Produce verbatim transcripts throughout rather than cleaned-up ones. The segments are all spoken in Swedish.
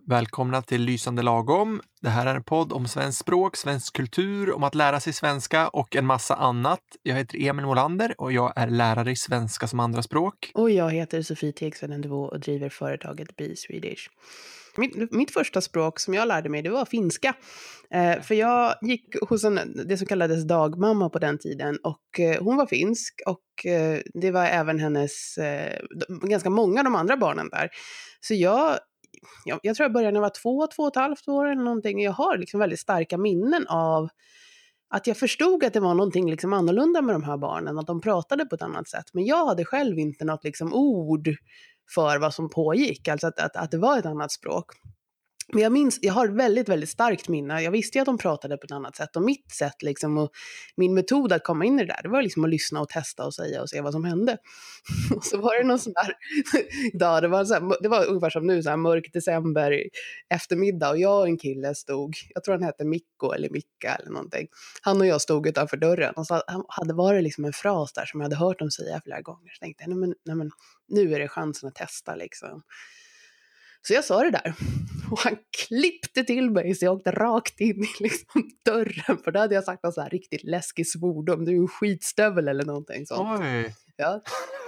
Välkomna till Lysande lagom. Det här är en podd om svensk språk, svensk kultur, om att lära sig svenska och en massa annat. Jag heter Emil Molander och jag är lärare i svenska som andraspråk. Och jag heter Sofie Tegsveden och driver företaget Be Swedish. Mitt, mitt första språk som jag lärde mig, det var finska. Eh, för jag gick hos en, det som kallades dagmamma på den tiden. Och eh, hon var finsk och eh, det var även hennes, eh, ganska många av de andra barnen där. Så jag, jag, jag tror jag började när jag var två, två och ett halvt år eller någonting. Jag har liksom väldigt starka minnen av att jag förstod att det var någonting liksom annorlunda med de här barnen, att de pratade på ett annat sätt. Men jag hade själv inte något liksom ord för vad som pågick, alltså att, att, att det var ett annat språk. Men jag minns, jag har ett väldigt, väldigt starkt minne. Jag visste ju att de pratade på ett annat sätt. Och mitt sätt liksom, och min metod att komma in i det där, det var liksom att lyssna och testa och säga och se vad som hände. Och så var det någon sån där dag, det var, så här, det var ungefär som nu, så här mörk december eftermiddag. Och jag och en kille stod, jag tror han hette Mikko eller Micka eller någonting. Han och jag stod utanför dörren. Och så hade varit liksom en fras där som jag hade hört dem säga flera gånger. Så tänkte jag, nej men, nej men nu är det chansen att testa liksom. Så jag sa det där. Och han klippte till mig så jag åkte rakt in i liksom dörren. För då hade jag sagt något så här riktigt läskig svordom. Du är en skitstövel eller någonting sånt. Oj! Ja.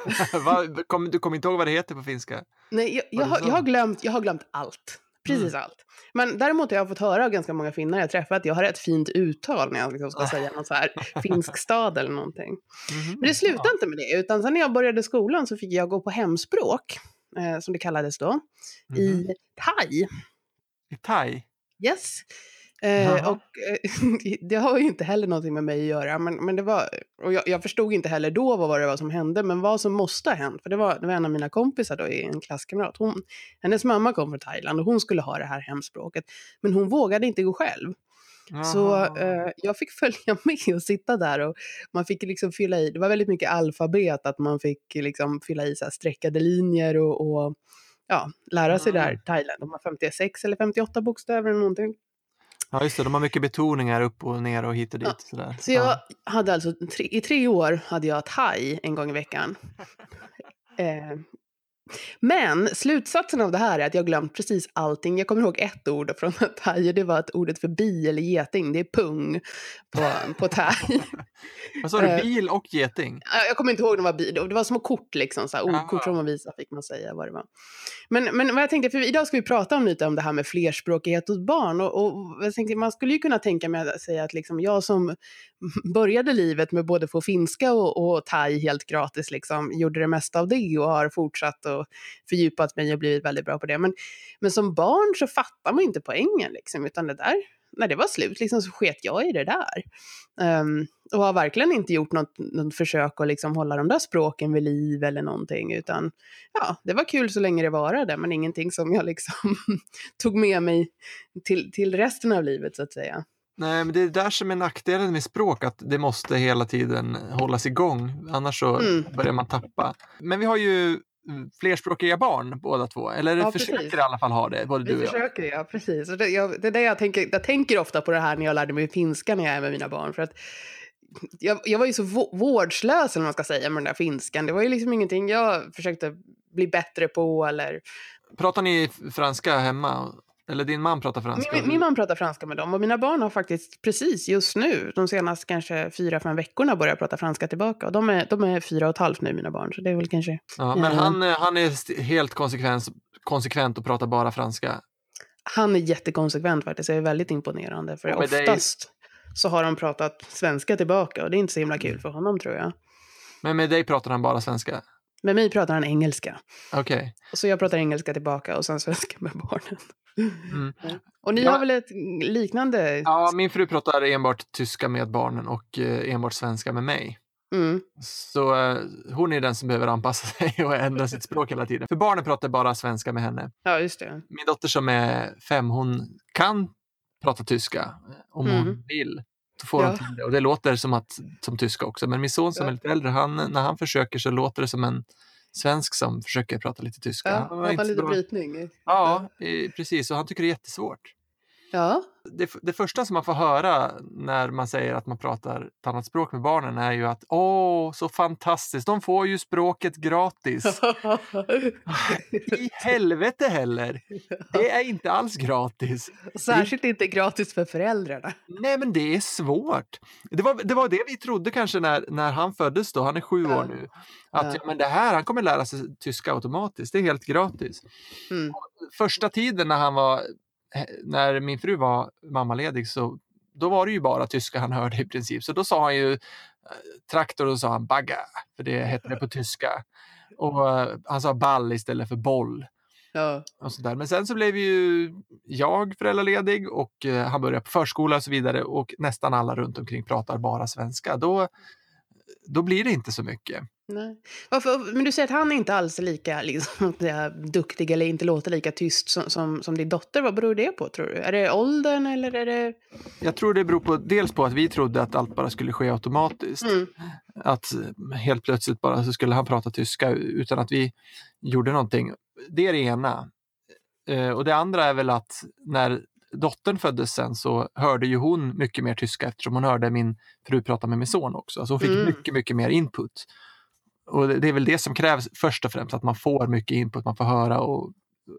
Du kommer inte ihåg vad det heter på finska? Nej, jag, jag, har, jag, har, glömt, jag har glömt allt. Precis mm. allt. Men däremot har jag fått höra av ganska många finnar jag träffat att jag har ett fint uttal när jag liksom ska säga något så här finsk stad eller någonting. Mm-hmm. Men det slutade ja. inte med det. Utan sen när jag började skolan så fick jag gå på hemspråk. Eh, som det kallades då, mm-hmm. i thai. I thai? Yes. Eh, och eh, det har ju inte heller någonting med mig att göra, men, men det var, och jag, jag förstod inte heller då vad det var som hände, men vad som måste ha hänt, för det var, det var en av mina kompisar då, en klasskamrat, hon, hennes mamma kom från Thailand och hon skulle ha det här hemspråket, men hon vågade inte gå själv. Aha. Så eh, jag fick följa med och sitta där och man fick liksom fylla i, det var väldigt mycket alfabet, att man fick liksom fylla i så här streckade linjer och, och ja, lära sig mm. där Thailand. De har femtiosex eller femtioåtta bokstäver eller någonting. Ja just det, de har mycket betoningar upp och ner och hit och dit. Ja. Sådär. Så jag ja. hade alltså, tre, i tre år hade jag thai en gång i veckan. eh, Men slutsatsen av det här är att jag glömt precis allting. Jag kommer ihåg ett ord från thai, det var att ordet för bi eller geting, det är pung på, på thai. Vad sa du, bil och geting? Jag kommer inte ihåg det var bil, det var små kort liksom, så här, ordkort som man visade fick man säga vad det var. Men, men vad jag tänkte, för idag ska vi prata om lite om det här med flerspråkighet hos barn. Och, och jag tänkte, man skulle ju kunna tänka mig att säga att liksom jag som började livet med både få finska och, och thai helt gratis, liksom, gjorde det mesta av det och har fortsatt och fördjupat mig och blivit väldigt bra på det. Men, men som barn så fattar man inte poängen liksom, utan det där, när det var slut liksom, så sket jag i det där. Um, och har verkligen inte gjort något, något försök att liksom hålla de där språken vid liv eller någonting, utan ja, det var kul så länge det varade, men ingenting som jag liksom tog med mig till, till resten av livet så att säga. Nej, men det är där som är nackdelen med språk, att det måste hela tiden hållas igång, annars så mm. börjar man tappa. Men vi har ju flerspråkiga barn båda två, eller ja, försöker precis. I alla fall ha det, både vi du och jag. försöker, ja, precis. Det, jag, det är det jag tänker, jag tänker ofta på det här när jag lärde mig finska när jag är med mina barn, för att jag, jag var ju så vårdslös, eller man ska säga, med den där finskan. Det var ju liksom ingenting jag försökte bli bättre på, eller... Pratar ni franska hemma? Eller din man pratar franska? Min, min man pratar franska med dem. Och mina barn har faktiskt precis just nu, de senaste kanske fyra, fem veckorna, börjat prata franska tillbaka. Och de är, de är fyra och ett halvt nu, mina barn. Så det är väl kanske... Ja, men han, han är helt konsekvent, konsekvent och pratar bara franska? Han är jättekonsekvent faktiskt. Det är väldigt imponerande. För oftast dig... så har de pratat svenska tillbaka. Och det är inte så himla kul för honom, tror jag. Men med dig pratar han bara svenska? Med mig pratar han engelska. Okej. Okay. Så jag pratar engelska tillbaka och sen svenska med barnen. Mm. Och ni ja. har väl ett liknande... Ja, min fru pratar enbart tyska med barnen och eh, enbart svenska med mig. Mm. Så eh, hon är den som behöver anpassa sig och ändra sitt språk hela tiden. För barnen pratar bara svenska med henne. Ja, just det. Min dotter som är fem, hon kan prata tyska om mm. hon vill. Så får ja. hon till det. Och det låter som, att, som tyska också. Men min son som ja. är lite äldre, han, när han försöker så låter det som en svensk som försöker prata lite tyska. Ja, han har lite brytning. Ja, precis. Och han tycker det är jättesvårt. Ja. Det, det första som man får höra när man säger att man pratar ett annat språk med barnen är ju att åh, så fantastiskt, de får ju språket gratis. I helvete heller! Det är inte alls gratis. Särskilt inte gratis för föräldrarna. Nej, men det är svårt. Det var det, var det vi trodde kanske när, när han föddes då, han är sju Ja. år nu. Att Ja. ja, men det här, han kommer lära sig tyska automatiskt, det är helt gratis. Mm. Första tiden när han var när min fru var mammaledig så då var det ju bara tyska han hörde i princip. Så då sa han ju traktor och då sa han bagga, för det hette det på tyska. Och uh, han sa ball istället för boll. Ja. Och så där. Men sen så blev ju jag föräldraledig och uh, han började på förskola och så vidare och nästan alla runt omkring pratar bara svenska. Då, då blir det inte så mycket. Nej. Varför, men du säger att han inte alls är lika liksom, duktig eller inte låter lika tyst som, som, som din dotter. Vad beror det på, tror du? Är det åldern eller är det... Jag tror det beror på dels på att vi trodde att allt bara skulle ske automatiskt. Mm. Att helt plötsligt bara så skulle han prata tyska utan att vi gjorde någonting. Det är det ena. Och det andra är väl att när dottern föddes sen så hörde ju hon mycket mer tyska eftersom hon hörde min fru prata med min son också. Så hon fick mm. mycket, mycket mer input. Och det är väl det som krävs först och främst, att man får mycket input, man får höra och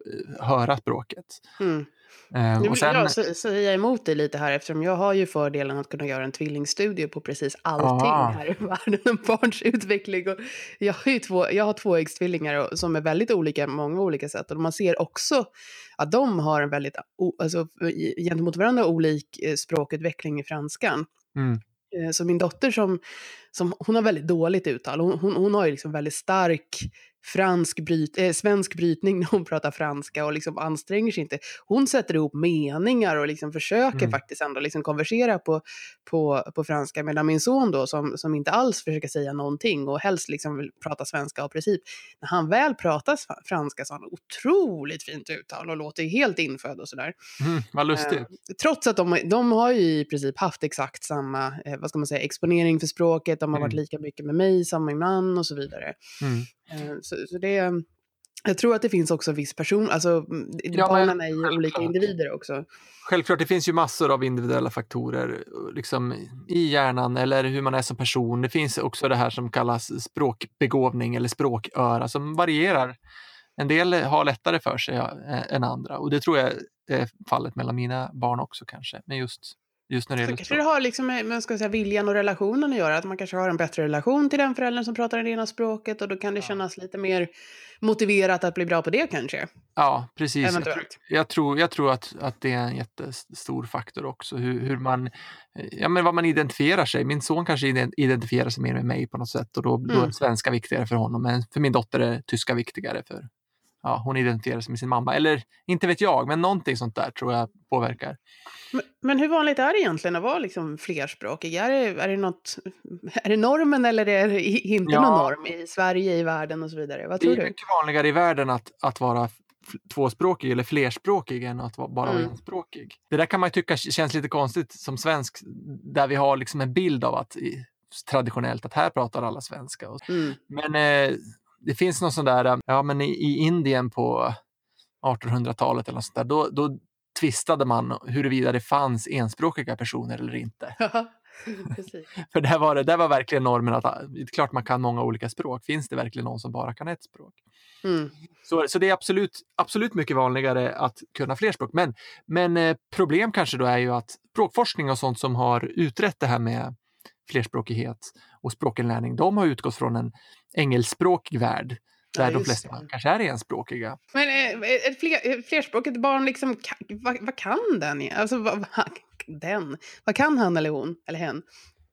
höra språket. Mm. Um, och sen, jag säger emot dig lite här eftersom jag har ju fördelen att kunna göra en tvillingstudie på precis allting aha. här i världen, barns utveckling. Och jag har ju två, jag har två äggstvillingar som är väldigt olika på många olika sätt. Och man ser också att de har en väldigt, alltså, gentemot varandra olik språkutveckling i franskan. Mm. Så min dotter som, som hon har väldigt dåligt uttal. Hon, hon, hon har ju liksom väldigt stark fransk bryt, äh, svensk brytning när hon pratar franska och liksom anstränger sig inte. Hon sätter ihop meningar och liksom försöker mm. faktiskt ändå liksom konversera på, på, på franska. Medan min son då som, som inte alls försöker säga någonting och helst liksom vill prata svenska av princip. När han väl pratar franska så har han otroligt fint uttal och låter helt infödd och sådär. Mm, vad lustigt. Eh, trots att de, de har ju i princip haft exakt samma, eh, vad ska man säga, exponering för språket. De har mm. varit lika mycket med mig som min man och så vidare. Mm. Så, så det, jag tror att det finns också viss person, alltså ja, barnen är ju självklart. Olika individer också. Självklart, det finns ju massor av individuella faktorer liksom, i hjärnan eller hur man är som person. Det finns också det här som kallas språkbegåvning eller språköra som varierar. En del har lättare för sig än andra och det tror jag är fallet mellan mina barn också kanske. Men just Just när det gäller kanske det har liksom med ska säga, viljan och relationen att göra. Att man kanske har en bättre relation till den föräldern som pratar det ena språket. Och då kan det ja. kännas lite mer motiverat att bli bra på det kanske. Ja, precis. Jag tror, jag tror, jag tror att, att det är en jättestor faktor också. Hur, hur man, ja, men vad man identifierar sig. Min son kanske identifierar sig mer med mig på något sätt. Och då, mm. då är svenska viktigare för honom. Men för min dotter är tyska viktigare för... Ja, hon identifierar sig med sin mamma. Eller inte vet jag, men någonting sånt där tror jag påverkar. Men, men hur vanligt är det egentligen att vara liksom flerspråkig? Är det, är det något, är det normen eller är det inte ja. någon norm i Sverige, i världen och så vidare? Vad tror du? Det är mycket vanligare i världen att, att vara tvåspråkig eller flerspråkig än att vara bara mm. enspråkig. Det där kan man ju tycka känns lite konstigt som svensk, där vi har liksom en bild av att traditionellt att här pratar alla svenska. Mm. Men... Eh, det finns någon sån där, ja men i, i Indien på artonhundratalet eller något sånt där, då, då tvistade man huruvida det fanns enspråkiga personer eller inte. Precis. För där var, det, där var verkligen normen att det är klart man kan många olika språk. Finns det verkligen någon som bara kan ett språk? Mm. Så, så det är absolut, absolut mycket vanligare att kunna fler språk. Men, men eh, problem kanske då är ju att språkforskning och sånt som har utrett det här med flerspråkighet och språkinlärning, de har utgått från en engelskspråkig värld där ja, de flesta det. kanske är enspråkiga. Men ett fler, flerspråkigt barn, liksom, vad, vad kan den? Alltså, vad, vad, den? Vad kan han eller hon eller hen?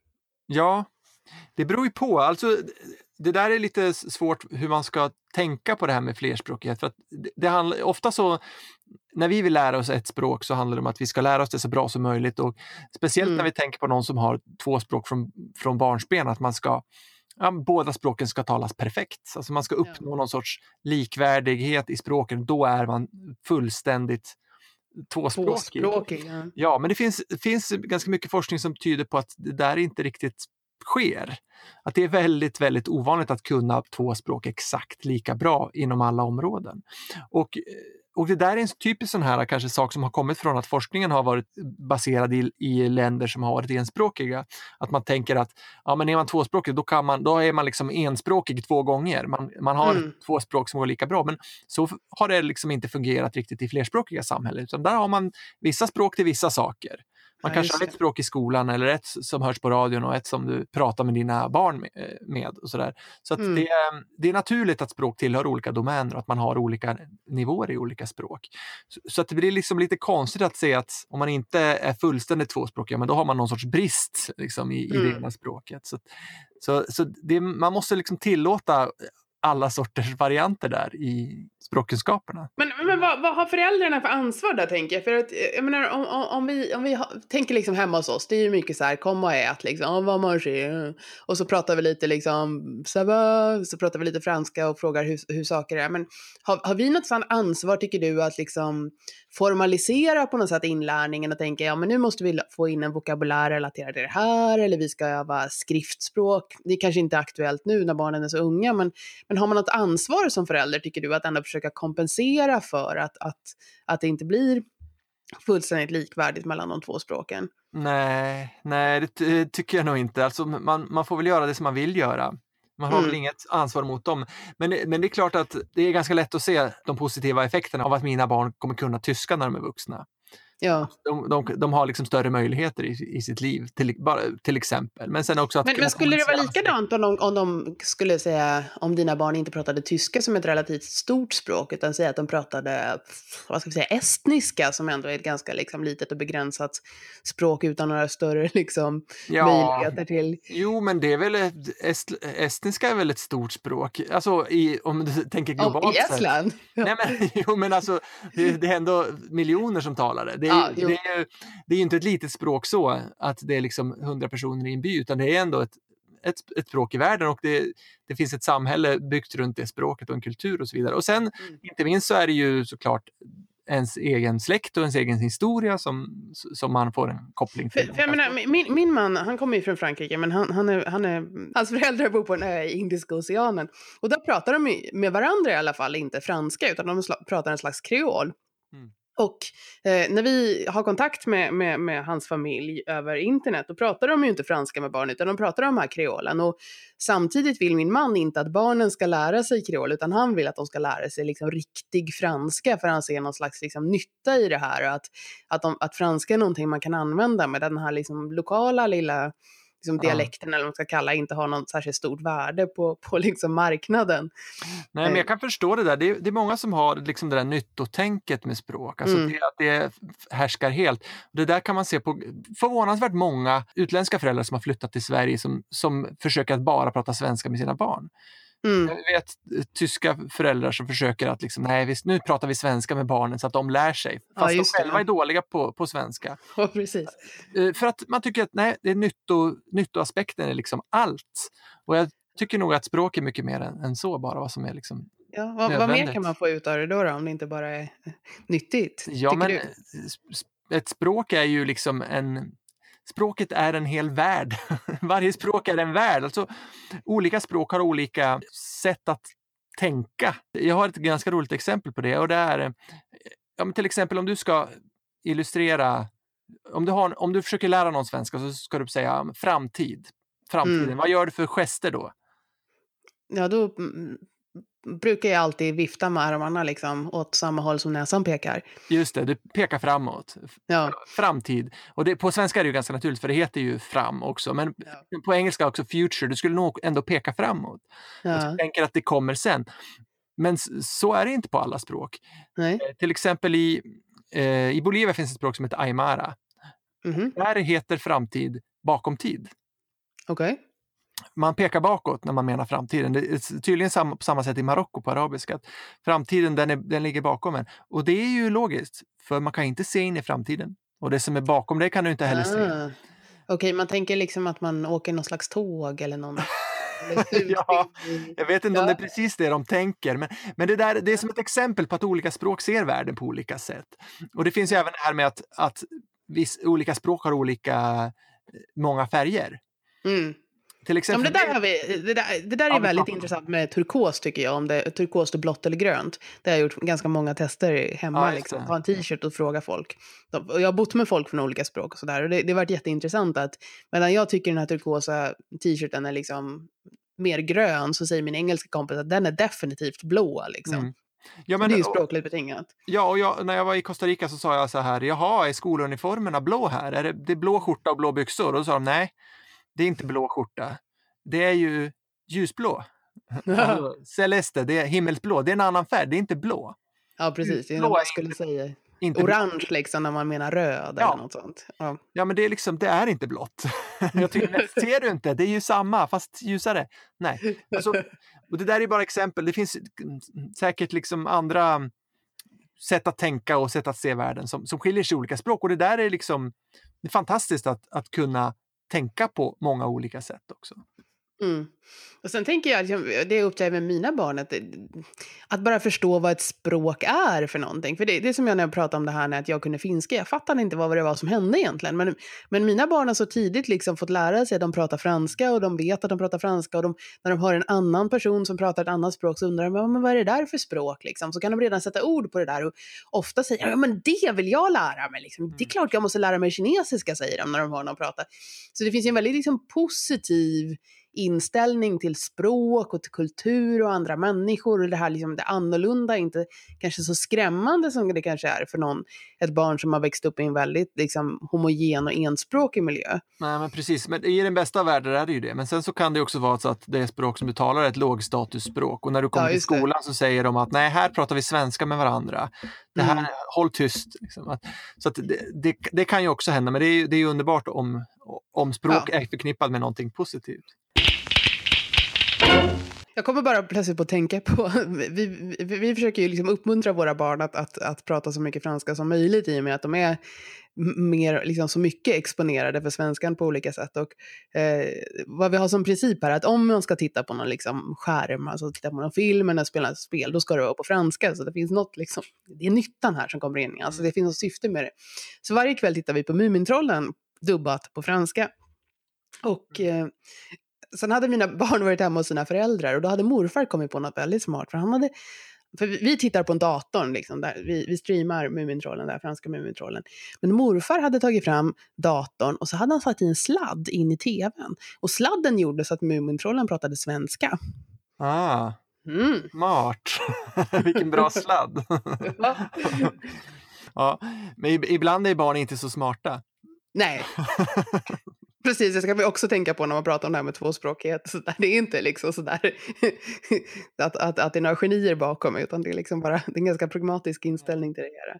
Ja, det beror ju på. Alltså, det där är lite svårt hur man ska tänka på det här med flerspråkighet. För att det, det handlar, ofta så, när vi vill lära oss ett språk så handlar det om att vi ska lära oss det så bra som möjligt. Och speciellt mm. när vi tänker på någon som har två språk från, från barnsben, att man ska, ja, båda språken ska talas perfekt. Alltså man ska uppnå ja. någon sorts likvärdighet i språken. Då är man fullständigt tvåspråkig. Tvåspråkig ja. ja, men det finns, finns ganska mycket forskning som tyder på att det där inte riktigt sker. Att det är väldigt, väldigt ovanligt att kunna två språk exakt lika bra inom alla områden. Och, och det där är en typisk sån här kanske sak som har kommit från att forskningen har varit baserad i, i länder som har varit enspråkiga. Att man tänker att ja, men är man tvåspråkig då, kan man, då är man liksom enspråkig två gånger. Man, man har mm. två språk som går lika bra. Men så har det liksom inte fungerat riktigt i flerspråkiga samhällen. Utan där har man vissa språk till vissa saker. Man ja, kanske har ett språk i skolan eller ett som hörs på radion och ett som du pratar med dina barn med. med och så där. Så att mm. det, det är naturligt att språk tillhör olika domäner och att man har olika nivåer i olika språk. Så, så att det blir liksom lite konstigt att se att om man inte är fullständigt tvåspråkig, ja, men då har man någon sorts brist liksom, i, mm. i det ena språket. Så, så, så det, man måste liksom tillåta alla sorters varianter där i språkkunskaperna. Men, men vad, vad har föräldrarna för ansvar där, tänker jag? För att, jag menar, om, om, om vi, om vi ha, tänker liksom hemma hos oss, det är ju mycket så här, kom och ät, liksom, vad man ser. Och så pratar vi lite liksom, så pratar vi lite franska och frågar hur, hur saker är. Men har, har vi något sånt ansvar, tycker du, att liksom formalisera på något sätt inlärningen och tänka, ja men nu måste vi få in en vokabulär relaterad till det här, eller vi ska öva skriftspråk. Det är kanske inte aktuellt nu när barnen är så unga, men, men har man något ansvar som förälder, tycker du, att ändå försöka kompensera för att, att, att det inte blir fullständigt likvärdigt mellan de två språken? Nej, nej det ty- tycker jag nog inte. Alltså man, man får väl göra det som man vill göra. Man har mm. väl inget ansvar mot dem. Men, men det är klart att det är ganska lätt att se de positiva effekterna av att mina barn kommer kunna tyska när de är vuxna. Ja. De, de, de har liksom större möjligheter i, i sitt liv, till, bara, till exempel. Men, sen också att men, men skulle det vara likadant om de, om de skulle säga, om dina barn inte pratade tyska som ett relativt stort språk, utan säga att de pratade, vad ska vi säga, estniska, som ändå är ett ganska liksom litet och begränsat språk utan några större liksom ja. möjligheter till... Jo, men det är väl ett, est, estniska är väl ett stort språk. Alltså, i, om du tänker globalt. Oh, i Estland? Ja. Nej, men, jo, men alltså, det, det är ändå miljoner som talar det. Det är, ja, det, är, det är ju inte ett litet språk så att det är liksom hundra personer i en by, utan det är ändå ett, ett, ett språk i världen, och det, det finns ett samhälle byggt runt det språket och en kultur och så vidare. Och sen, mm. inte minst, så är det ju såklart ens egen släkt och ens egen historia som, som man får en koppling till. För, för jag menar, min, min man, han kommer ju från Frankrike, men han, han, är, han är, hans föräldrar bor på en ö i Indiska oceanen. Och där pratar de med varandra i alla fall inte franska, utan de pratar en slags kreol. Mm. Och eh, när vi har kontakt med, med, med hans familj över internet, då pratar de ju inte franska med barn, utan de pratar om här kreolen. Och samtidigt vill min man inte att barnen ska lära sig kreol, utan han vill att de ska lära sig liksom riktig franska, för han ser någon slags liksom nytta i det här. Och att, att, de, att franska är någonting man kan använda, med den här liksom lokala lilla... Liksom dialekten, eller vad man ska kalla, inte har något särskilt stort värde på, på liksom marknaden. Nej, men jag kan förstå det där. Det är, det är många som har liksom det där nyttotänket med språk. Alltså mm. det, att det härskar helt. Det där kan man se på förvånansvärt många utländska föräldrar som har flyttat till Sverige som, som försöker att bara prata svenska med sina barn. Mm. Jag vet tyska föräldrar som försöker att liksom, nej, visst, nu pratar vi svenska med barnen så att de lär sig. Fast ja, de själva det. är dåliga på, på svenska. Ja, precis. För att man tycker att nej, det är nytto, nyttoaspekten är liksom allt. Och jag tycker nog att språk är mycket mer än, än så, bara vad som är liksom ja, vad, vad mer kan man få ut av det då, då om det inte bara är nyttigt? Ja, men du? ett språk är ju liksom en... Språket är en hel värld. Varje språk är en värld. Alltså, olika språk har olika sätt att tänka. Jag har ett ganska roligt exempel på det. Och det är, ja, men till exempel om du ska illustrera, om du, har, om du försöker lära någon svenska, så ska du säga framtid. Framtiden. Mm. Vad gör du för gester då? Ja, då brukar jag alltid vifta med armarna liksom åt samma håll som näsan pekar. Just det, du pekar framåt. Ja. Framtid. Och det, på svenska är det ju ganska naturligt, för det heter ju fram också. Men ja. på engelska också future. Du skulle nog ändå peka framåt. Ja. Och tänker att det kommer sen. Men så är det inte på alla språk. Nej. Eh, till exempel i, eh, i Bolivia finns ett språk som heter Aymara. Mm-hmm. Där heter framtid bakom tid. Okej. Okay. Man pekar bakåt när man menar framtiden. Det är tydligen samma, på samma sätt i Marocko på arabiska. Att framtiden den, är, den ligger bakom en. Och det är ju logiskt. För man kan inte se in i framtiden. Och det som är bakom det kan du inte heller ah. se. Okej, okay, man tänker liksom att man åker någon slags tåg eller någon... ja, jag vet inte ja. om det är precis det de tänker. Men, men det, där, det är som ett exempel på att olika språk ser världen på olika sätt. Och det finns ju även det här med att, att viss, olika språk har olika många färger. Mm. Till exempel, ja, det, där har vi, det, där, det där är ja, väldigt intressant med turkos tycker jag. Om det är turkos och blått eller grönt. Det har jag gjort ganska många tester hemma. Ja, liksom. Ta en t-shirt och fråga folk. Jag har bott med folk från olika språk och sådär. Och det, det har varit jätteintressant att medan jag tycker den här turkosa t-shirten är liksom mer grön så säger min engelska kompis att den är definitivt blå liksom. Mm. Ja, men, det är ju språkligt betingat. Ja, och jag, när jag var i Costa Rica så sa jag så här, jaha, är skoluniformerna blå här? Är det, det är blå skjorta och blå byxor? Och då sa de, nej, det är inte blå skjorta. Det är ju ljusblå. Alltså, celeste, det är himmelsblå. Det är en annan färg, det är inte blå. Ja, precis. Det är något man skulle säga. Inte orange blå. Liksom när man menar röd ja. Eller något sånt. Ja. ja, men det är liksom, det är inte blått. Jag tycker, ser du inte? Det är ju samma, fast ljusare. Nej. Alltså, och det där är bara exempel. Det finns säkert liksom andra sätt att tänka och sätt att se världen som, som skiljer sig i olika språk. Och det där är liksom, det är fantastiskt att, att kunna tänka på många olika sätt också. Mm. Och sen tänker jag, det är upp till med mina barn att, att bara förstå vad ett språk är för någonting. För det, det är som jag när jag pratade om det här när att jag kunde finska, jag fattade inte vad det var som hände egentligen. Men, men mina barn har så tidigt liksom fått lära sig att de pratar franska och de vet att de pratar franska och de, när de hör en annan person som pratar ett annat språk så undrar de, men vad är det där för språk liksom? Så kan de redan sätta ord på det där och ofta säger, ja men det vill jag lära mig liksom. Det är klart jag måste lära mig kinesiska, säger de när de hör någon prata. Så det finns en väldigt liksom positiv inställning till språk och till kultur och andra människor och det här liksom det annorlunda, inte kanske så skrämmande som det kanske är för någon, ett barn som har växt upp i en väldigt liksom homogen och enspråkig miljö. Nej, men precis, men i den bästa världen är det ju det, men sen så kan det också vara så att det språk som du talar är ett lågstatusspråk och när du kommer ja, till skolan det. Så säger de att nej, här pratar vi svenska med varandra. Det här, mm. håll tyst. Liksom. Så att det, det, det kan ju också hända, men det är, det är ju underbart om, om språk ja. Är förknippat med någonting positivt. Jag kommer bara plötsligt på att tänka på, vi, vi, vi försöker ju liksom uppmuntra våra barn att, att, att prata så mycket franska som möjligt i och med att de är mer, liksom så mycket exponerade för svenskan på olika sätt. Och eh, vad vi har som princip är att om man ska titta på någon liksom skärm, alltså titta på någon film eller spela ett spel, då ska det vara på franska. Så det finns något liksom, det är nyttan här som kommer in, alltså det finns något syfte med det. Så varje kväll tittar vi på Mumintrollen dubbat på franska. Och eh, sen hade mina barn varit hemma hos sina föräldrar och då hade morfar kommit på något väldigt smart. För han hade, för vi tittar på en datorn liksom, där vi, vi streamar Mumintrollen, där franska Mumintrollen. Men morfar hade tagit fram datorn och så hade han satt in en sladd in i tvn. Och sladden gjorde så att Mumintrollen pratade svenska. Ah, mm. Smart. Vilken bra sladd. Ja, men ibland är barn inte så smarta. Nej. Precis, det ska vi också tänka på när man pratar om det här med tvåspråkighet. Så där, det är inte liksom sådär att, att, att det är några genier bakom, utan det är liksom bara det är en ganska pragmatisk inställning till det här.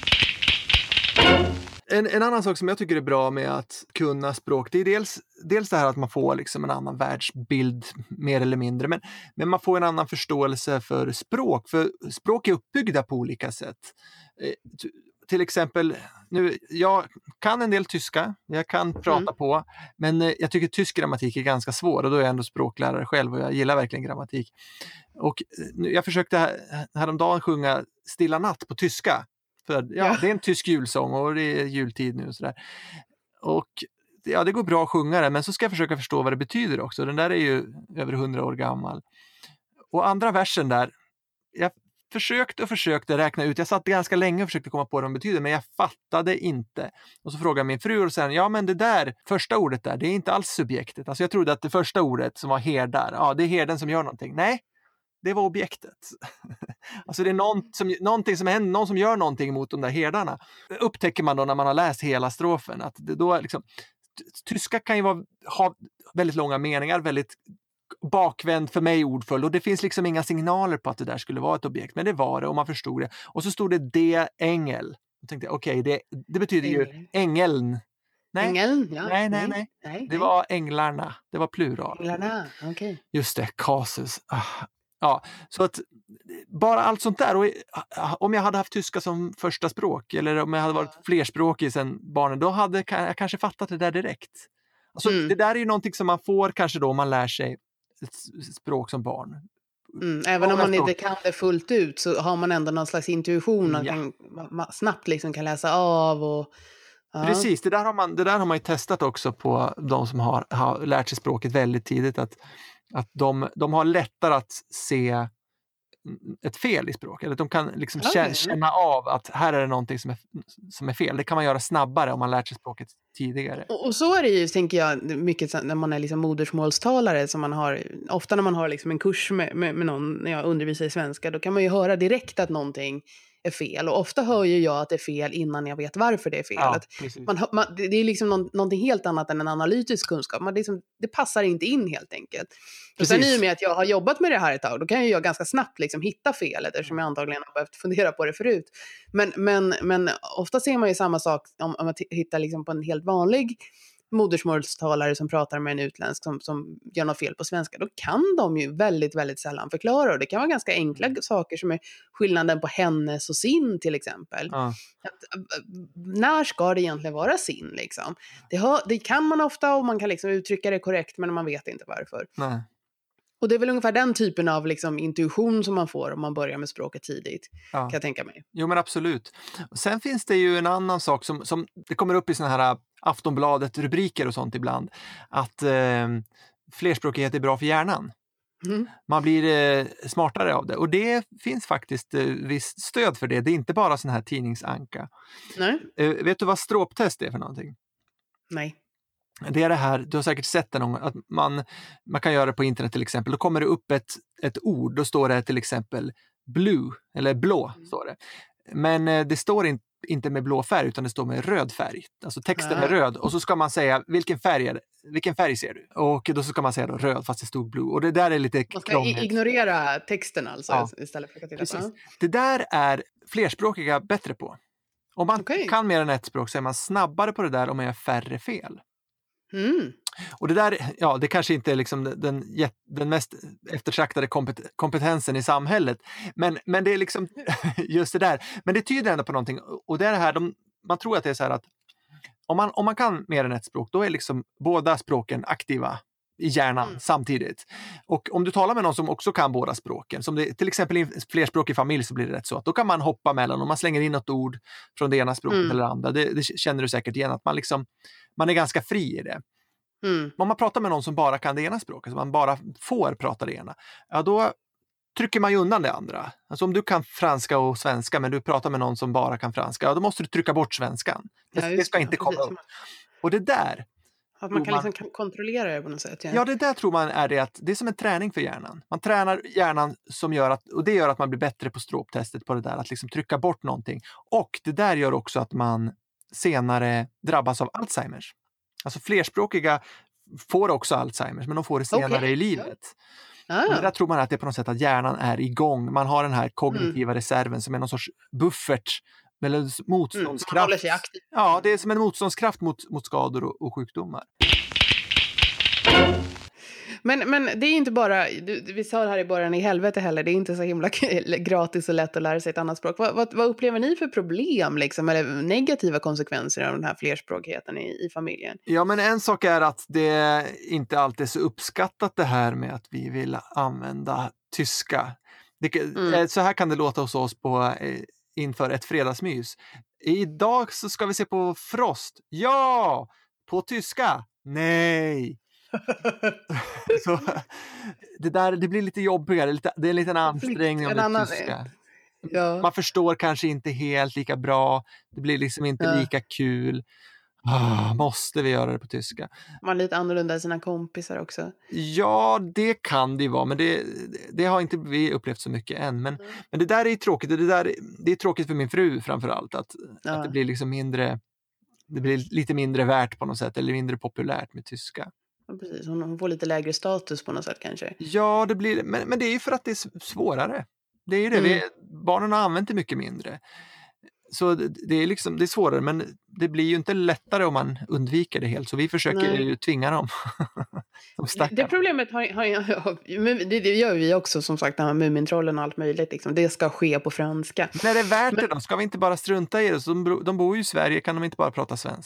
En, en annan sak som jag tycker är bra med att kunna språk, det är dels, dels det här att man får liksom en annan världsbild mer eller mindre, men, men man får en annan förståelse för språk, för språk är uppbyggda på olika sätt. Eh, till exempel, nu, jag kan en del tyska, jag kan prata mm. på, men eh, jag tycker tysk grammatik är ganska svår och då är jag ändå språklärare själv och jag gillar verkligen grammatik. Och nu, jag försökte här, häromdagen sjunga Stilla natt på tyska. För, ja, ja, det är en tysk julsång och det är jultid nu och sådär. Och ja, det går bra att sjunga det, men så ska jag försöka förstå vad det betyder också. Den där är ju över hundra år gammal. Och andra versen där, jag försökte och försökte räkna ut. Jag satt ganska länge och försökte komma på vad de betyder, men jag fattade inte. Och så frågade min fru och sen, ja men det där, första ordet där, det är inte alls subjektet. Alltså jag trodde att det första ordet som var herdar, ja det är herden som gör någonting. Nej. Det var objektet. Alltså det är någon som, någonting som händer, någon som gör någonting mot de där herdarna. Upptäcker man då när man har läst hela strofen att det då liksom, tyska kan ju vara, ha väldigt långa meningar, väldigt bakvänd för mig ordfull och det finns liksom inga signaler på att det där skulle vara ett objekt, men det var det och man förstod det. Och så stod det det ängel. Jag tänkte okej, okay, det, det betyder ju ängeln. Nej, Ängeln, ja. nej, nej, nej. nej det nej. var änglarna. Det var plural. Änglarna, okej. Okay. Just det, kasus. Ah. Ja, så att bara allt sånt där, och om jag hade haft tyska som första språk eller om jag hade varit flerspråkig sedan barnen, då hade jag kanske fattat det där direkt. Alltså mm. det där är ju någonting som man får kanske då om man lär sig ett språk som barn. Mm, även om man språk. inte kan det fullt ut så har man ändå någon slags intuition och ja. kan, man snabbt liksom kan läsa av och Ja. Precis, det där, har man, det där har man ju testat också på de som har, har lärt sig språket väldigt tidigt. Att, att de, de har lättare att se ett fel i språket. Eller de kan liksom Okay. känna av att här är det någonting som är, som är fel. Det kan man göra snabbare om man lärt sig språket tidigare. Och, och så är det ju, tänker jag, mycket när man är liksom modersmålstalare. Som man har, ofta när man har liksom en kurs med, med, med någon, när jag undervisar i svenska, då kan man ju höra direkt att någonting är fel. Och ofta hör ju jag att det är fel innan jag vet varför det är fel. Ja, man, man, det är liksom någon, någonting helt annat än en analytisk kunskap. Man, det, liksom, det passar inte in helt enkelt. Och sen i och med att jag har jobbat med det här ett tag, då kan ju jag ganska snabbt liksom hitta felet, eftersom jag antagligen har behövt fundera på det förut. Men, men, men ofta ser man ju samma sak om, om man t- hittar liksom på en helt vanlig modersmålstalare som pratar med en utländsk som, som gör något fel på svenska. Då kan de ju väldigt, väldigt sällan förklara. Och det kan vara ganska enkla mm. saker som är skillnaden på hennes och sin till exempel. Ja. Att, när ska det egentligen vara sin liksom? Det, hör, det kan man ofta och man kan liksom uttrycka det korrekt, men man vet inte varför. Nej. Och det är väl ungefär den typen av liksom intuition som man får om man börjar med språket tidigt, ja. Kan jag tänka mig. Jo, men absolut. Sen finns det ju en annan sak som, som det kommer upp i såna här Aftonbladet-rubriker och sånt ibland. Att eh, flerspråkighet är bra för hjärnan. Mm. Man blir eh, smartare av det. Och det finns faktiskt eh, visst stöd för det. Det är inte bara sån här tidningsanka. Nej. Eh, vet du vad stråptest är för någonting? Nej. Det är det här, du har säkert sett det någon gång, att man, man kan göra det på internet till exempel. Då kommer det upp ett, ett ord, då står det till exempel blue, eller blå mm. står det. Men eh, det står in, inte med blå färg utan det står med röd färg. Alltså texten är röd och så ska man säga vilken färg är det? Vilken färg ser du? Och då så ska man säga då röd fast det stod blue. Och det där är lite man ska krångligt. ignorera texten alltså, ja. Istället för att titta Precis. på. Det där är flerspråkiga bättre på. Om man okay. kan mer än ett språk så är man snabbare på det där och man gör färre fel. Mm. Och det där, ja, det kanske inte är liksom den, den mest eftertraktade kompet- kompetensen i samhället. Men, men det är liksom just det där. Men det tyder ändå på någonting. Och det är det här, de, man tror att det är så här att om man, om man kan mer än ett språk, då är liksom båda språken aktiva i hjärnan mm. samtidigt. Och om du talar med någon som också kan båda språken, som det, till exempel i en flerspråkig familj, så blir det rätt så att då kan man hoppa mellan och man slänger in något ord från det ena språket mm. eller andra. Det, det känner du säkert igen, att man liksom man är ganska fri i det. Mm. Om man pratar med någon som bara kan det ena språket, så man bara får prata det ena, ja då trycker man ju undan det andra. Alltså om du kan franska och svenska men du pratar med någon som bara kan franska, ja då måste du trycka bort svenskan. Det, ja, det ska inte komma upp. Och det där att man kan man, liksom kontrollera det på något sätt. Ja. ja, det där tror man är det att det är som en träning för hjärnan. Man tränar hjärnan som gör att, och det gör att man blir bättre på stråptestet på det där, att liksom trycka bort någonting. Och det där gör också att man senare drabbas av Alzheimers. Alltså flerspråkiga får också Alzheimers, men de får det senare okay. i livet. Ah. Och det där tror man att det är på något sätt att hjärnan är igång. Man har den här kognitiva mm. reserven som är någon sorts buffert eller motståndskraft. Mm, man håller sig aktiv. Ja, det är som en motståndskraft mot, mot skador och, och sjukdomar. Men, men det är inte bara, du, vi sa det här i början, i helvete heller, det är inte så himla gratis och lätt att lära sig ett annat språk. Vad, vad, vad upplever ni för problem liksom, eller negativa konsekvenser av den här flerspråkigheten i, i familjen? Ja, men en sak är att det inte alltid är så uppskattat det här med att vi vill använda tyska. Det, mm. Så här kan det låta hos oss på, inför ett fredagsmys. Idag så ska vi se på Frost. Ja! På tyska? Nej! Så, det där det blir lite jobbigare, lite, det är en liten ansträngning av det tyska. Ja. Man förstår kanske inte helt lika bra, det blir liksom inte ja. lika kul. Ah, måste vi göra det på tyska? Man är lite annorlunda än sina kompisar också. Ja, det kan det vara, men det, det har inte vi upplevt så mycket än. Men, mm. men det där är tråkigt, det, där, det är tråkigt för min fru framförallt, att, ja. att det blir liksom mindre, det blir lite mindre värt på något sätt, eller mindre populärt med tyska. Ja, precis. Hon får lite lägre status på något sätt kanske. Ja, det blir, men, men det är ju för att det är svårare. Det är ju det, mm. vi, barnen har använt det mycket mindre. Så det, det är liksom, det är svårare, men det blir ju inte lättare om man undviker det helt. Så vi försöker Nej. ju tvinga dem. det, det problemet har, har jag, det, det gör vi också, som sagt, det här med Mumintrollen och allt möjligt. Liksom. Det ska ske på franska. Men är det värt men, det då? Ska vi inte bara strunta i det? Så de, de bor ju i Sverige, kan de inte bara prata svenska?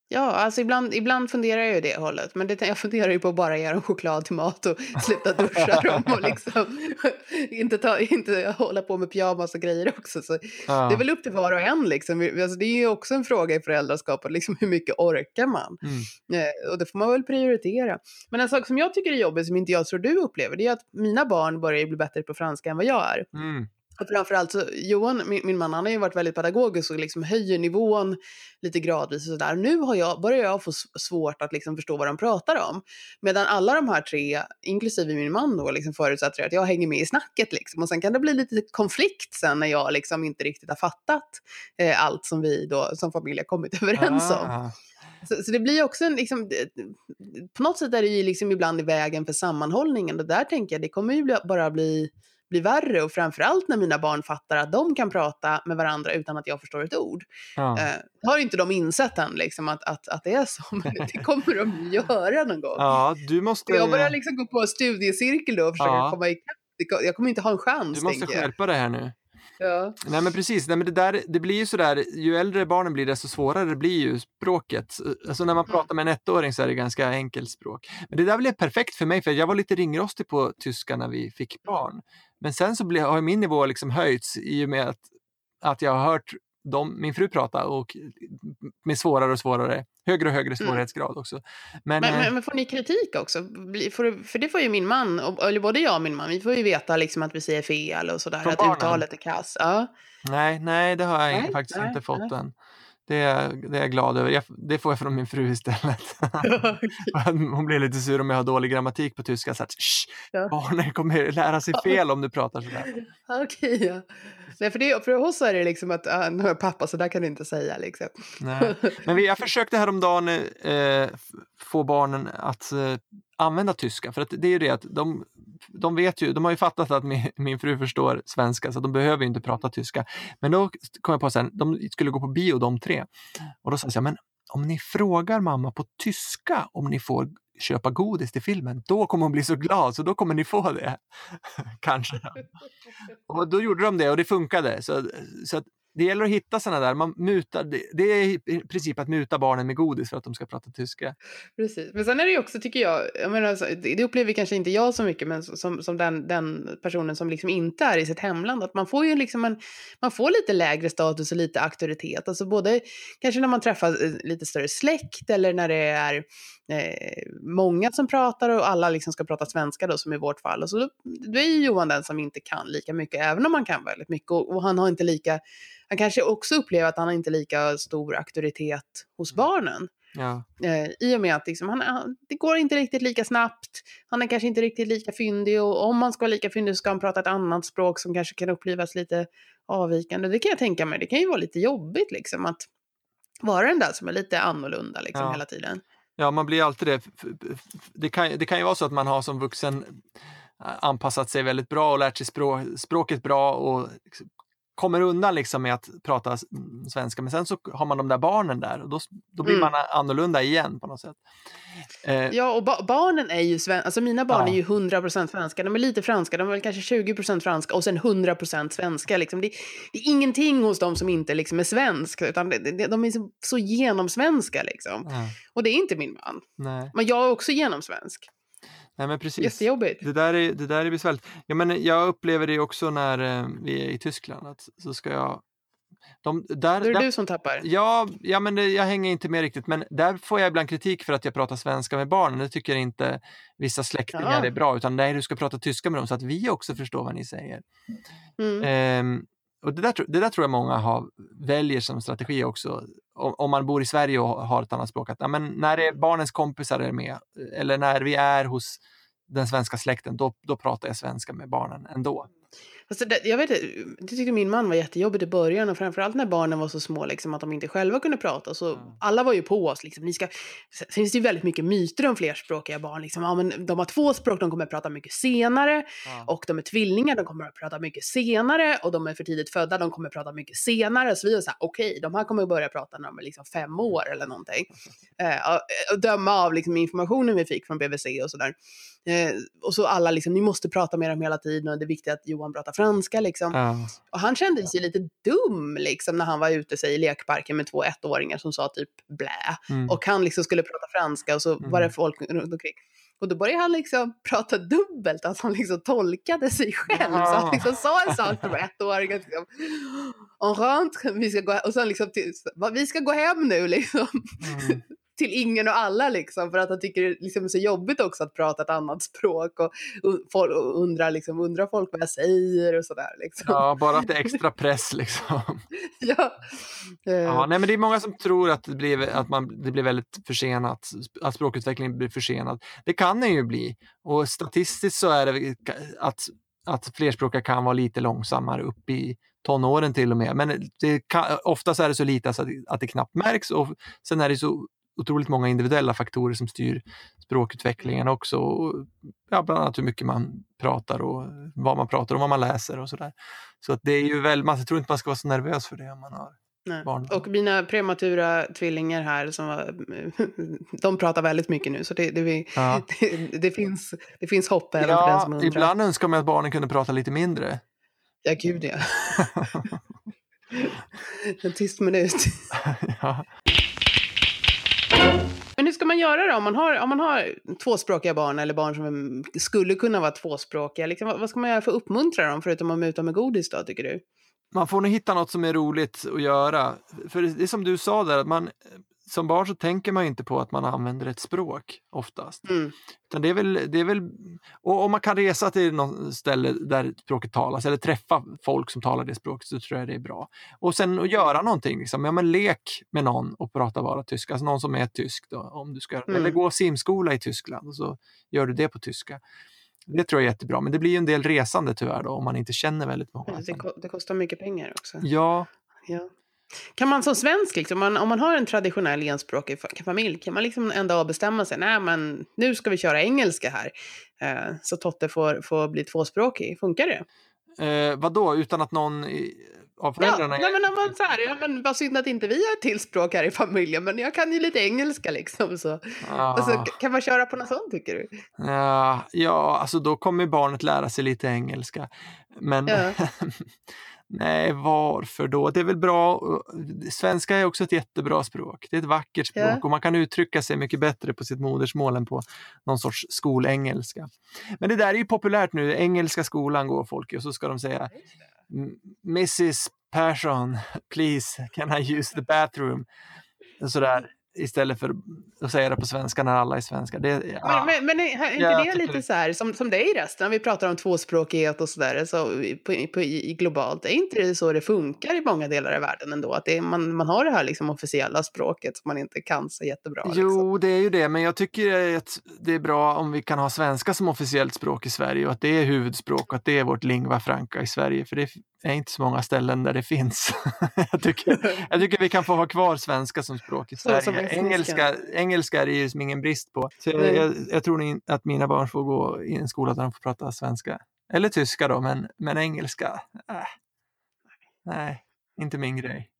Ja, alltså ibland, ibland funderar jag ju det hållet. Men det, jag funderar ju på att bara ge dem choklad till mat och sluta duscha dem och liksom inte, ta, inte hålla på med pyjamas och grejer också. Så Ja. det är väl upp till var och en liksom. Alltså, det är ju också en fråga i föräldraskapet, liksom hur mycket orkar man? Mm. Eh, och det får man väl prioritera. Men en sak som jag tycker är jobbig, som inte jag tror du upplever, det är att mina barn börjar bli bättre på franska än vad jag är. Mm. Och framförallt så, Johan, min, min man, han har ju varit väldigt pedagogisk och liksom höjer nivån lite gradvis och sådär. Nu har jag, börjar jag få svårt att liksom förstå vad de pratar om. Medan alla de här tre, inklusive min man då, liksom förutsätter att jag hänger med i snacket liksom. Och sen kan det bli lite konflikt sen när jag liksom inte riktigt har fattat eh, allt som vi då som familj har kommit överens Ah. om. Så, så det blir också en, liksom, på något sätt är det ju liksom ibland i vägen för sammanhållningen. Och där tänker jag, det kommer ju bara bli... blir värre, och framförallt när mina barn fattar att de kan prata med varandra utan att jag förstår ett ord. Ja. Eh, har inte de insett än liksom, att, att, att det är så, men det kommer de göra någon gång. Ja, du måste... Jag börjar liksom gå på studiecirkel då och försöka Ja. komma ikapp. Jag kommer inte ha en chans. Du måste skärpa det här nu. Ja. Nej men precis, Nej, men det, där, det blir ju sådär, ju äldre barnen blir desto svårare blir ju språket. Alltså när man pratar med en ettåring så är det ganska enkelt språk. Men det där blev perfekt för mig, för jag var lite ringrostig på tyska när vi fick barn. Men sen så blir, har min nivå liksom höjts i och med att, att jag har hört dem, min fru prata och med svårare och svårare, högre och högre svårighetsgrad också. Men, Men, eh, men, men får ni kritik också? Bli- Får, du- för det får ju min man, och- eller både jag och min man, vi får ju veta liksom att vi säger fel och sådär, Från att barnen? uttalet är kass. Ja. nej, nej, det har jag Nej, faktiskt nej, inte fått nej. än. Det är, det är jag glad över. Jag, det får jag från min fru istället. Hon blir lite sur om jag har dålig grammatik på tyska. Så att, shh, Ja. barnen kommer lära sig fel om du pratar sådär. Okej, ja. Nej, för, det, för oss är det liksom att äh, nu är pappa, så där kan du inte säga liksom. Nej. Men vi, jag försökte häromdagen eh, få barnen att eh, använda tyska. För att det är ju det att de, de vet ju, de har ju fattat att min, min fru förstår svenska, så de behöver ju inte prata tyska. Men då kom jag på sen, de skulle gå på bio de tre. Och då sa jag, men om ni frågar mamma på tyska om ni får köpa godis till filmen, då kommer hon bli så glad, så då kommer ni få det. Kanske. Och då gjorde de det och det funkade. Så, så att det gäller att hitta sådana där, man mutar, det, det är i princip att muta barnen med godis för att de ska prata tyska. Precis, men sen är det ju också, tycker jag, jag menar, alltså, det det upplever kanske inte jag så mycket, men som, som den, den personen som liksom inte är i sitt hemland, att man får ju liksom en, man får lite lägre status och lite auktoritet, alltså både kanske när man träffar eh, lite större släkt, eller när det är eh, många som pratar och alla liksom ska prata svenska då, som i vårt fall, och så då, då är ju Johan den som inte kan lika mycket, även om han kan väldigt mycket, och, och han har inte lika, han kanske också upplever att han har inte lika stor auktoritet hos barnen. Ja. Eh, I och med att liksom, han, han, det går inte riktigt lika snabbt. Han är kanske inte riktigt lika fyndig. Och om man ska vara lika fyndig så ska han prata ett annat språk som kanske kan upplevas lite avvikande. Det kan jag tänka mig. Det kan ju vara lite jobbigt liksom, att vara den där som är lite annorlunda liksom, Ja. hela tiden. Ja, man blir alltid det. Det kan, det kan ju vara så att man har som vuxen anpassat sig väldigt bra och lärt sig språk, språket bra och liksom kommer undan liksom med att prata svenska, men sen så har man de där barnen där och då, då blir Mm. man annorlunda igen på något sätt. Eh, Ja, och ba- barnen är ju svenska, alltså mina barn Ja. är ju hundra procent svenska, de är lite franska, de är väl kanske tjugo procent franska och sen hundra procent svenska. Liksom. Det, det är ingenting hos dem som inte liksom är svensk, utan det, det, de är så, så genomsvenska liksom. ja, Och det är inte min man. nej. Men jag är också genomsvensk. nej, men precis. Jättejobbigt. Det där är, det där är besvärligt. Ja, men jag upplever det också när eh, vi är i Tyskland, att så ska jag... De, där, Då är det där, du som tappar. Ja, ja, men det, jag hänger inte med riktigt, men där får jag ibland kritik för att jag pratar svenska med barnen. Det tycker inte vissa släktingar Ja. är bra, utan nej, du ska prata tyska med dem så att vi också förstår vad ni säger. Mm. Ehm, och det där, tro- det där tror jag många har, väljer som strategi också, om, om man bor i Sverige och har ett annat språk, att ja, men när det är barnens kompisar är med, eller när vi är hos den svenska släkten, då, då pratar jag svenska med barnen ändå. Alltså det, jag vet, det tyckte min man var jättejobbigt i början, och framförallt när barnen var så små liksom, att de inte själva kunde prata. Så Mm. alla var ju på oss. Liksom, ni ska, sen finns det ju väldigt mycket myter om flerspråkiga barn. Liksom. Ja, men de har två språk, de kommer att prata mycket senare. Ja. Och de är tvillingar, de kommer att prata mycket senare. Och de är för tidigt födda, de kommer att prata mycket senare. Så vi var så här, okej, de här kommer att börja prata när de är liksom fem år eller någonting. Eh, och, och döma av liksom, informationen vi fick från B V C och sådär. Eh, och så alla liksom, ni måste prata med dem hela tiden, och det är viktigt att Johan Johan prata franska liksom. Ja. Och han kände sig lite dum liksom när han var ute sig i lekparken med två ettåringar som sa typ blä. Mm. Och han liksom skulle prata franska och så Mm. var det folk runt omkring. Och då började han liksom prata dubbelt, att han liksom tolkade sig själv. Ja. Så han liksom sa en sak till ettåringen. Liksom, en rentre, vi ska gå, och sen liksom, till, vi ska gå hem nu liksom. Mm. Till ingen och alla liksom, för att han tycker det liksom är så jobbigt också att prata ett annat språk och, och, och undrar, liksom, undrar folk vad jag säger och sådär liksom. Ja, bara att det är extra press liksom. Ja. Ja, nej, men det är många som tror att det blir, att man, det blir väldigt försenat, att språkutvecklingen blir försenad. Det kan den ju bli, och statistiskt så är det att, att flerspråkiga kan vara lite långsammare upp i tonåren till och med, men det kan, oftast är det så lite så att, att det knappt märks, och sen är det så otroligt många individuella faktorer som styr språkutvecklingen också. Och, ja, bland annat hur mycket man pratar och vad man pratar och vad man läser och sådär. Så att det är ju väl, man tror inte man ska vara så nervös för det om man har Nej. barn. Och mina prematura tvillingar här, som var, de pratar väldigt mycket nu, så det, det, Ja. det, det, finns, det finns hopp även Ja, för den som undrar. ibland önskar man att barnen kunde prata lite mindre. Ja, gud ja. En tyst minut. Ja. Men hur ska man göra då om man har, om man har tvåspråkiga barn eller barn som skulle kunna vara tvåspråkiga? Liksom, vad, vad ska man göra för att uppmuntra dem förutom att muta med godis då, tycker du? Man får nog hitta något som är roligt att göra. För det är som du sa där, att man, som barn så tänker man inte på att man använder ett språk oftast. Mm. Utan det är väl, det är väl, och om man kan resa till något ställe där språket talas eller träffa folk som talar det språket, så tror jag det är bra. Och sen att göra någonting, liksom. Ja, men lek med någon och prata bara tyska. Alltså någon som är tysk då, om du ska, mm. eller gå simskola i Tyskland och så gör du det på tyska. Det tror jag är jättebra, men det blir ju en del resande tyvärr då, om man inte känner väldigt många. Det, det kostar mycket pengar också. Ja. Ja. Kan man som svensk, liksom, man, om man har en traditionell enspråkig familj, kan man liksom en dag bestämma sig, nej men nu ska vi köra engelska här, eh, så Totte får, får bli tvåspråkig. Funkar det? Eh, vadå, utan att någon i, av föräldrarna... Ja, nej, men, man, så här, ja, men vad synd att inte vi har ett till språk här i familjen, men jag kan ju lite engelska liksom. Så. Ah. Alltså, kan man köra på något sånt, tycker du? Ja, ja, alltså då kommer barnet lära sig lite engelska. Men ja. nej, varför då? Det är väl bra. Svenska är också ett jättebra språk. Det är ett vackert språk, ja. Och man kan uttrycka sig mycket bättre på sitt modersmål än på någon sorts skolengelska. Men det där är ju populärt nu. Engelska skolan går folk och så ska de säga missus Persson, please, can I use the bathroom? Och sådär. Istället för att säga det på svenska när alla är svenska. Det, ja. Men, men, men är inte ja, det lite det. Så här som, som det är i resten? Vi pratar om tvåspråkighet och sådär så på, på, i, globalt. Är inte det så det funkar i många delar av världen ändå? Att det är, man, man har det här liksom officiella språket som man inte kan så jättebra. Jo, liksom. Det är ju det. Men jag tycker att det är bra om vi kan ha svenska som officiellt språk i Sverige. Och att det är huvudspråk och att det är vårt lingua franca i Sverige. För det är inte så många ställen där det finns. jag, tycker, jag tycker vi kan få ha kvar svenska som språk i Sverige. Engelska, engelska är det ju som ingen brist på. Så jag, jag, jag tror att mina barn får gå i en skola där de får prata svenska. Eller tyska då, men, men engelska, äh. nej, inte min grej.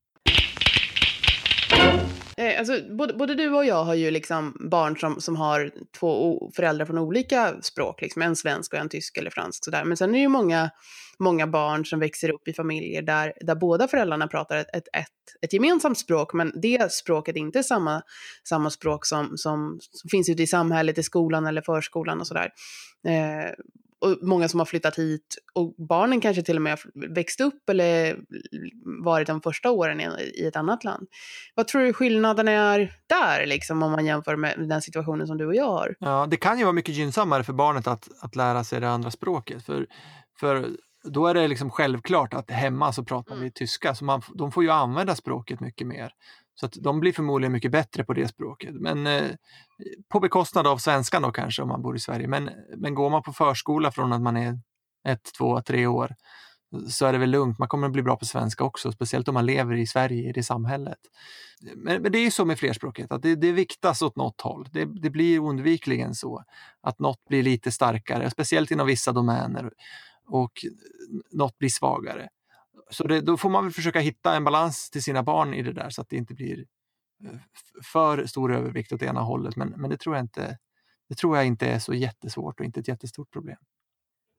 Alltså, både, både du och jag har ju liksom barn som, som har två föräldrar från olika språk, liksom en svensk och en tysk eller fransk. Sådär. Men sen är det ju många, många barn som växer upp i familjer där, där båda föräldrarna pratar ett, ett, ett, ett gemensamt språk, men det språket är inte samma, samma språk som, som, som finns ute i samhället, i skolan eller förskolan och sådär. Eh, och många som har flyttat hit och barnen kanske till och med växt upp eller varit de första åren i ett annat land. Vad tror du skillnaden är där liksom, om man jämför med den situationen som du och jag har? Ja, det kan ju vara mycket gynnsammare för barnet att, att lära sig det andra språket. För, för då är det liksom självklart att hemma så pratar vi tyska. Så man, de får ju använda språket mycket mer. Så att de blir förmodligen mycket bättre på det språket. Men eh, på bekostnad av svenskan då kanske om man bor i Sverige. Men, men går man på förskola från att man är ett, två, tre år så är det väl lugnt. Man kommer att bli bra på svenska också. Speciellt om man lever i Sverige, i det samhället. Men, men det är ju så med flerspråkighet. Att det, det viktas åt något håll. Det, det blir oundvikligen så. Att något blir lite starkare. Speciellt inom vissa domäner. Och något blir svagare. Så det, då får man väl försöka hitta en balans till sina barn i det där så att det inte blir för stor övervikt åt ena hållet. Men, men det, tror jag inte, det tror jag inte är så jättesvårt och inte ett jättestort problem.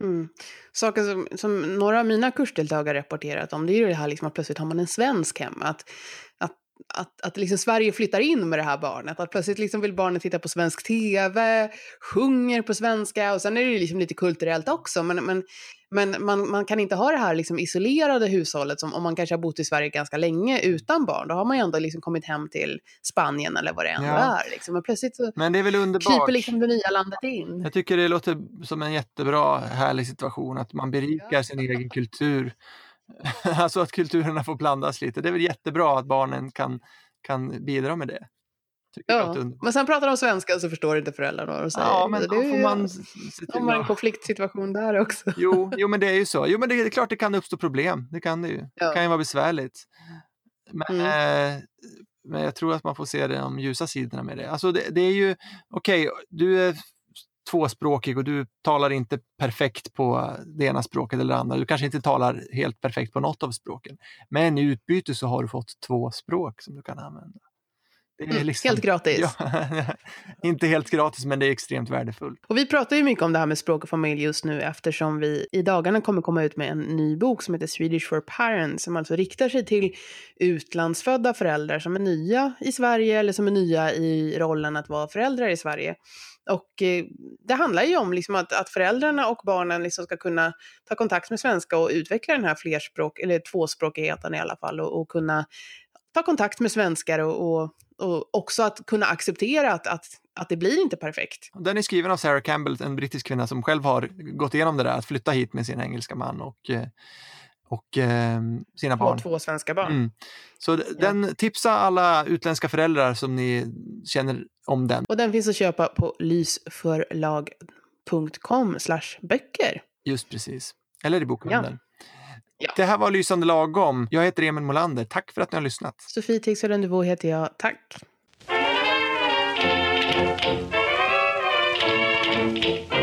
Mm. Saker som, som några av mina kursdeltagare rapporterat om, det är ju det här liksom att plötsligt har man en svensk hemma. Att, att, att, att liksom Sverige flyttar in med det här barnet. Att plötsligt liksom vill barnet titta på svensk tv, sjunger på svenska, och sen är det liksom lite kulturellt också. Men, men, men man, man kan inte ha det här liksom isolerade hushållet som om man kanske har bott i Sverige ganska länge utan barn. Då har man ju ändå liksom kommit hem till Spanien eller vad det ändå Ja. är. Liksom. Men plötsligt så Men det är väl underbart. kryper liksom det nya landet in. Jag tycker det låter som en jättebra, härlig situation att man berikar ja. sin egen kultur. Alltså att kulturerna får blandas lite. Det är väl jättebra att barnen kan, kan bidra med det. Ja, men sen pratar de svenska och så förstår inte föräldrarna vad de säger. Ja, men det är får ju, man om man har en konfliktsituation där också. Jo, jo, men det är ju så. Jo, men det är klart det kan uppstå problem. Det kan det ju. Ja. Det kan ju vara besvärligt. Men, mm. eh, men jag tror att man får se de ljusa sidorna med det. Alltså det, det är ju, okej, okay, du är tvåspråkig och du talar inte perfekt på det ena språket eller det andra. Du kanske inte talar helt perfekt på något av språken. Men i utbyte så har du fått två språk som du kan använda. Det är liksom, helt gratis. Ja, inte helt gratis, men det är extremt värdefullt. Och vi pratar ju mycket om det här med språk och familj just nu, eftersom vi i dagarna kommer komma ut med en ny bok som heter Swedish for Parents, som alltså riktar sig till utlandsfödda föräldrar som är nya i Sverige eller som är nya i rollen att vara föräldrar i Sverige. Och eh, det handlar ju om liksom att, att föräldrarna och barnen liksom ska kunna ta kontakt med svenska och utveckla den här flerspråk, eller tvåspråkigheten i alla fall, och, och kunna ta kontakt med svenskar och, och, och också att kunna acceptera att, att, att det blir inte perfekt. Den är skriven av Sarah Campbell, en brittisk kvinna som själv har gått igenom det där, att flytta hit med sin engelska man och, och eh, sina barn. Och två svenska barn. Mm. Så ja. Den tipsar alla utländska föräldrar som ni känner om den. Och den finns att köpa på lysförlag punkt com slash böcker. Just precis. Eller i bokhandeln. Ja. Ja. Det här var Lysande lagom. Jag heter Emil Molander. Tack för att ni har lyssnat. Sofie Tixer-Lundebo heter jag. Tack.